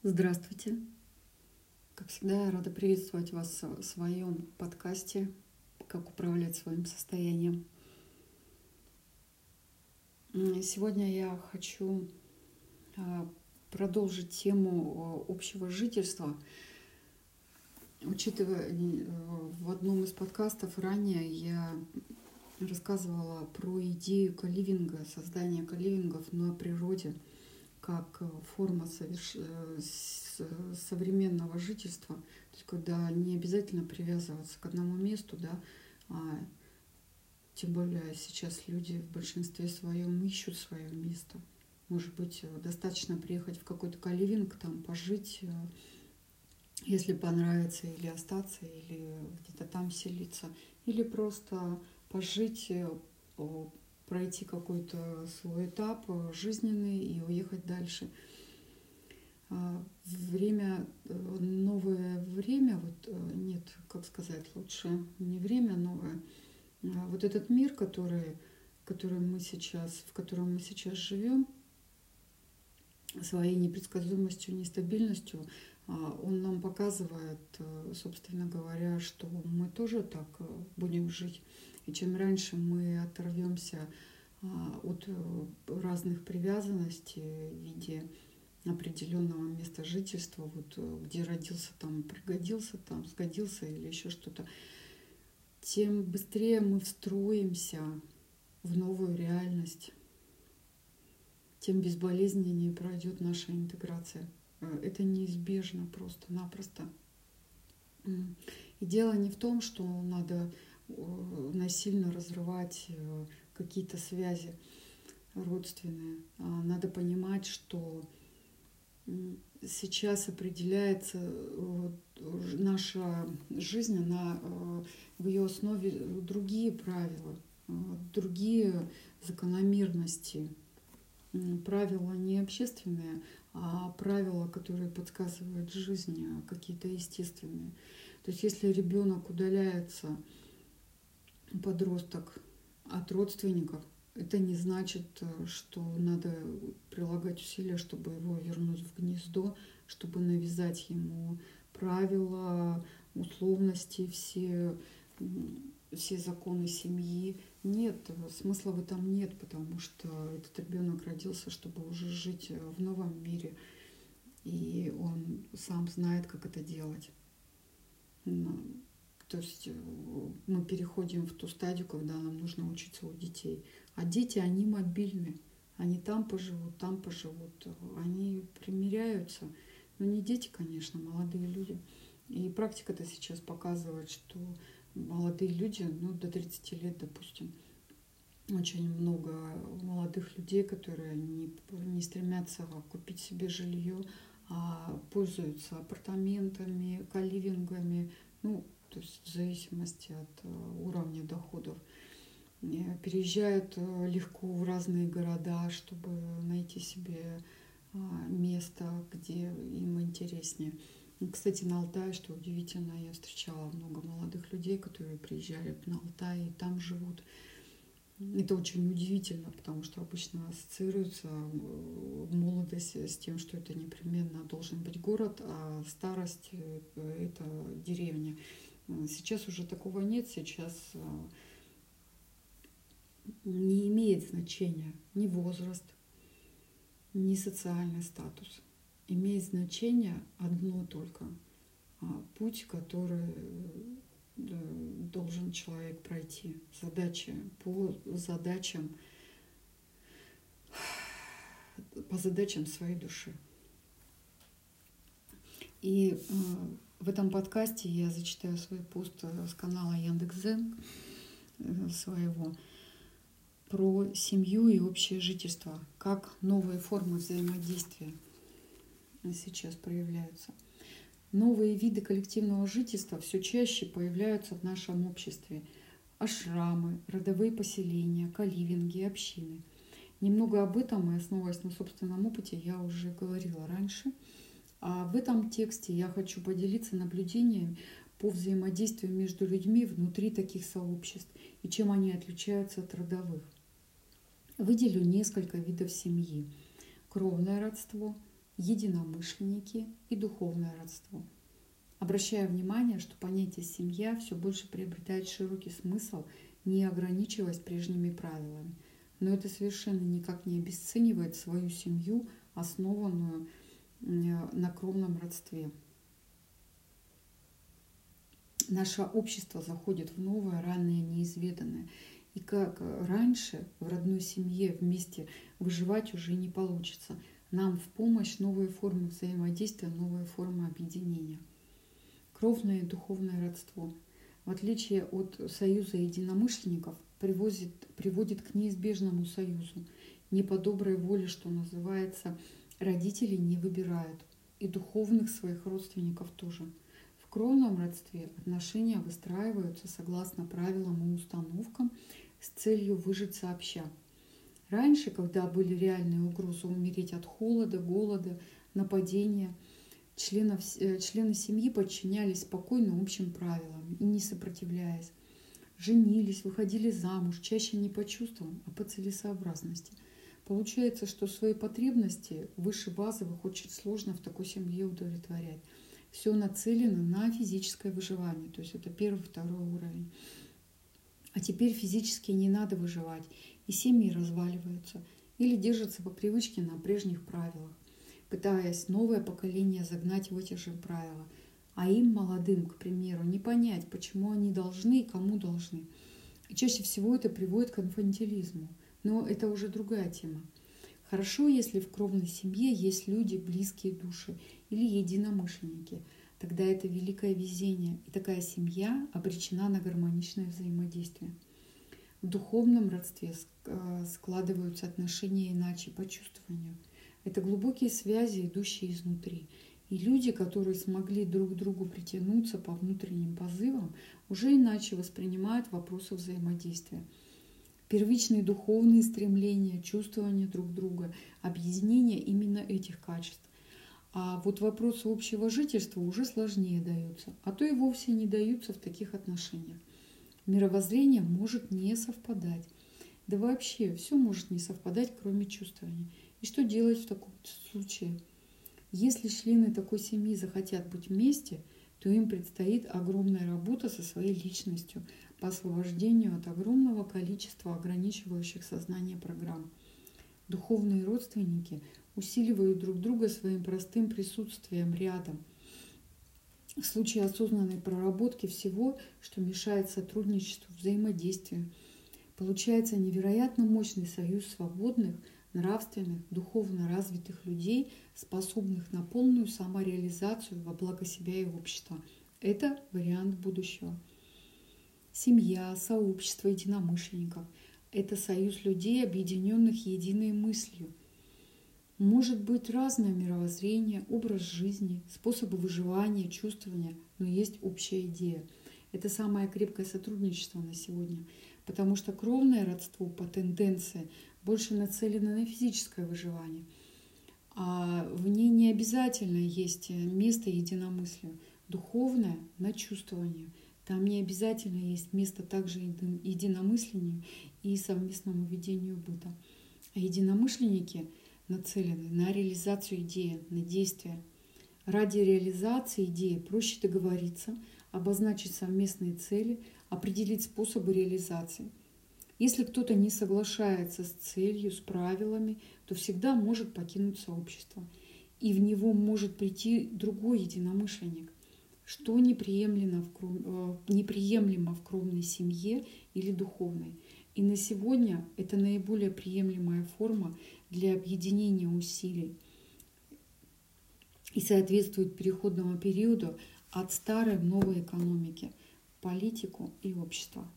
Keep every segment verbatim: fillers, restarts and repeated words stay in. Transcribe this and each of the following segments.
Здравствуйте! Как всегда, я рада приветствовать вас в своем подкасте «Как управлять своим состоянием». Сегодня я хочу продолжить тему общего жительства. Учитывая, в одном из подкастов ранее я рассказывала про идею коливинга, создания коливингов на природе, как форма соверш... современного жительства, то есть когда не обязательно привязываться к одному месту, да, а тем более сейчас люди в большинстве своем ищут свое место. Может быть, достаточно приехать в какой-то коливинг, там пожить, если понравится, или остаться, или где-то там селиться, или просто пожить, пройти какой-то свой этап жизненный и уехать дальше. Время, новое время, вот нет, как сказать, лучше не время новое, а вот этот мир, который, который мы сейчас, в котором мы сейчас живем, своей непредсказуемостью, нестабильностью, он нам показывает, собственно говоря, что мы тоже так будем жить. И чем раньше мы оторвемся от разных привязанностей в виде определенного места жительства, вот где родился, там пригодился, там сгодился или еще что-то, тем быстрее мы встроимся в новую реальность, тем безболезненнее пройдет наша интеграция. Это неизбежно просто-напросто. И дело не в том, что надо насильно разрывать какие-то связи родственные. Надо понимать, что сейчас определяется наша жизнь, она в ее основе другие правила, другие закономерности. Правила не общественные, а правила, которые подсказывают жизнь, какие-то естественные. То есть если ребенок удаляется, подросток, от родственников, это не значит, что надо прилагать усилия, чтобы его вернуть в гнездо, чтобы навязать ему правила, условности, все, все законы семьи. Нет, смысла в этом нет, потому что этот ребенок родился, чтобы уже жить в новом мире, и он сам знает, как это делать. То есть мы переходим в ту стадию, когда нам нужно учиться у детей. А дети, они мобильны. Они там поживут, там поживут. Они примиряются. Но не дети, конечно, молодые люди. И практика-то сейчас показывает, что молодые люди, ну, до тридцати лет, допустим, очень много молодых людей, которые не, не стремятся купить себе жилье, а пользуются апартаментами, коливингами, ну, то есть в зависимости от уровня доходов. Переезжают легко в разные города, чтобы найти себе место, где им интереснее. И, кстати, на Алтае, что удивительно, я встречала много молодых людей, которые приезжали на Алтай и там живут. Это очень удивительно, потому что обычно ассоциируется молодость с тем, что это непременно должен быть город, а старость – это деревня. Сейчас уже такого нет, сейчас не имеет значения ни возраст, ни социальный статус. Имеет значение одно только – путь, который должен человек пройти, задачи по задачам, по задачам своей души. И в этом подкасте я зачитаю свой пост с канала Яндекс.Дзен своего про семью и общее жительство, как новые формы взаимодействия сейчас проявляются. Новые виды коллективного жительства все чаще появляются в нашем обществе. Ашрамы, родовые поселения, коливинги, общины. Немного об этом, и основываясь на собственном опыте, я уже говорила раньше. А в этом тексте я хочу поделиться наблюдениями по взаимодействию между людьми внутри таких сообществ и чем они отличаются от родовых. Выделю несколько видов семьи. Кровное родство, единомышленники и духовное родство. Обращаю внимание, что понятие «семья» все больше приобретает широкий смысл, не ограничиваясь прежними правилами. Но это совершенно никак не обесценивает свою семью, основанную на кровном родстве. Наше общество заходит в новое, ранее неизведанное. И как раньше в родной семье вместе выживать уже не получится. Нам в помощь новые формы взаимодействия, новые формы объединения. Кровное и духовное родство, в отличие от союза единомышленников, приводит, приводит к неизбежному союзу. Не по доброй воле, что называется, родители не выбирают. И духовных своих родственников тоже. В кровном родстве отношения выстраиваются согласно правилам и установкам с целью выжить сообща. Раньше, когда были реальные угрозы умереть от холода, голода, нападения, членов, члены семьи подчинялись спокойно общим правилам и не сопротивляясь. Женились, выходили замуж, чаще не по чувствам, а по целесообразности. Получается, что свои потребности выше базовых очень сложно в такой семье удовлетворять. Все нацелено на физическое выживание, то есть это первый, второй уровень. А теперь физически не надо выживать, и семьи разваливаются или держатся по привычке на прежних правилах, пытаясь новое поколение загнать в эти же правила. А им, молодым, к примеру, не понять, почему они должны и кому должны. И чаще всего это приводит к инфантилизму. Но это уже другая тема. Хорошо, если в кровной семье есть люди, близкие души или единомышленники. Тогда это великое везение, и такая семья обречена на гармоничное взаимодействие. В духовном родстве складываются отношения иначе, по чувствованию. Это глубокие связи, идущие изнутри. И люди, которые смогли друг к другу притянуться по внутренним позывам, уже иначе воспринимают вопросы взаимодействия. Первичные духовные стремления, чувствование друг друга, объединение именно этих качеств. А вот вопросы общего жительства уже сложнее даются, а то и вовсе не даются в таких отношениях. Мировоззрение может не совпадать. Да вообще все может не совпадать, кроме чувствования. И что делать в таком случае? Если члены такой семьи захотят быть вместе, то им предстоит огромная работа со своей личностью по освобождению от огромного количества ограничивающих сознание программ. Духовные родственники усиливают друг друга своим простым присутствием рядом. В случае осознанной проработки всего, что мешает сотрудничеству, взаимодействию, получается невероятно мощный союз свободных, нравственных, духовно развитых людей, способных на полную самореализацию во благо себя и общества. Это вариант будущего. Семья, сообщество единомышленников – это союз людей, объединенных единой мыслью. Может быть разное мировоззрение, образ жизни, способы выживания, чувствования, но есть общая идея. Это самое крепкое сотрудничество на сегодня, потому что кровное родство по тенденции больше нацелено на физическое выживание, а в ней не обязательно есть место единомыслию, духовное – на чувствование. Там не обязательно есть место также единомыслению и совместному ведению быта. А единомышленники нацелены на реализацию идеи, на действия. Ради реализации идеи проще договориться, обозначить совместные цели, определить способы реализации. Если кто-то не соглашается с целью, с правилами, то всегда может покинуть сообщество. И в него может прийти другой единомышленник, что неприемлемо в, кров... неприемлемо в кровной семье или духовной. И на сегодня это наиболее приемлемая форма для объединения усилий и соответствует переходному периоду от старой в новой экономики, политику и общество.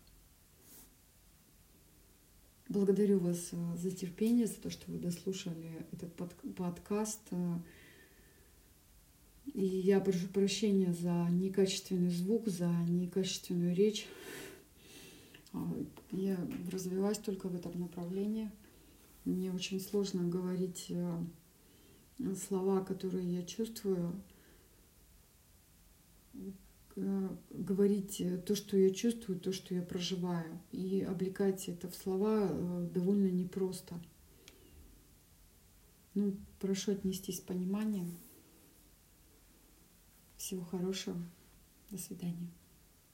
Благодарю вас за терпение, за то, что вы дослушали этот подкаст. И я прошу прощения за некачественный звук, за некачественную речь. Я развиваюсь только в этом направлении. Мне очень сложно говорить слова, которые я чувствую, говорить то, что я чувствую, то, что я проживаю, и облекать это в слова довольно непросто. Ну, прошу отнестись с пониманием. Всего хорошего. До свидания.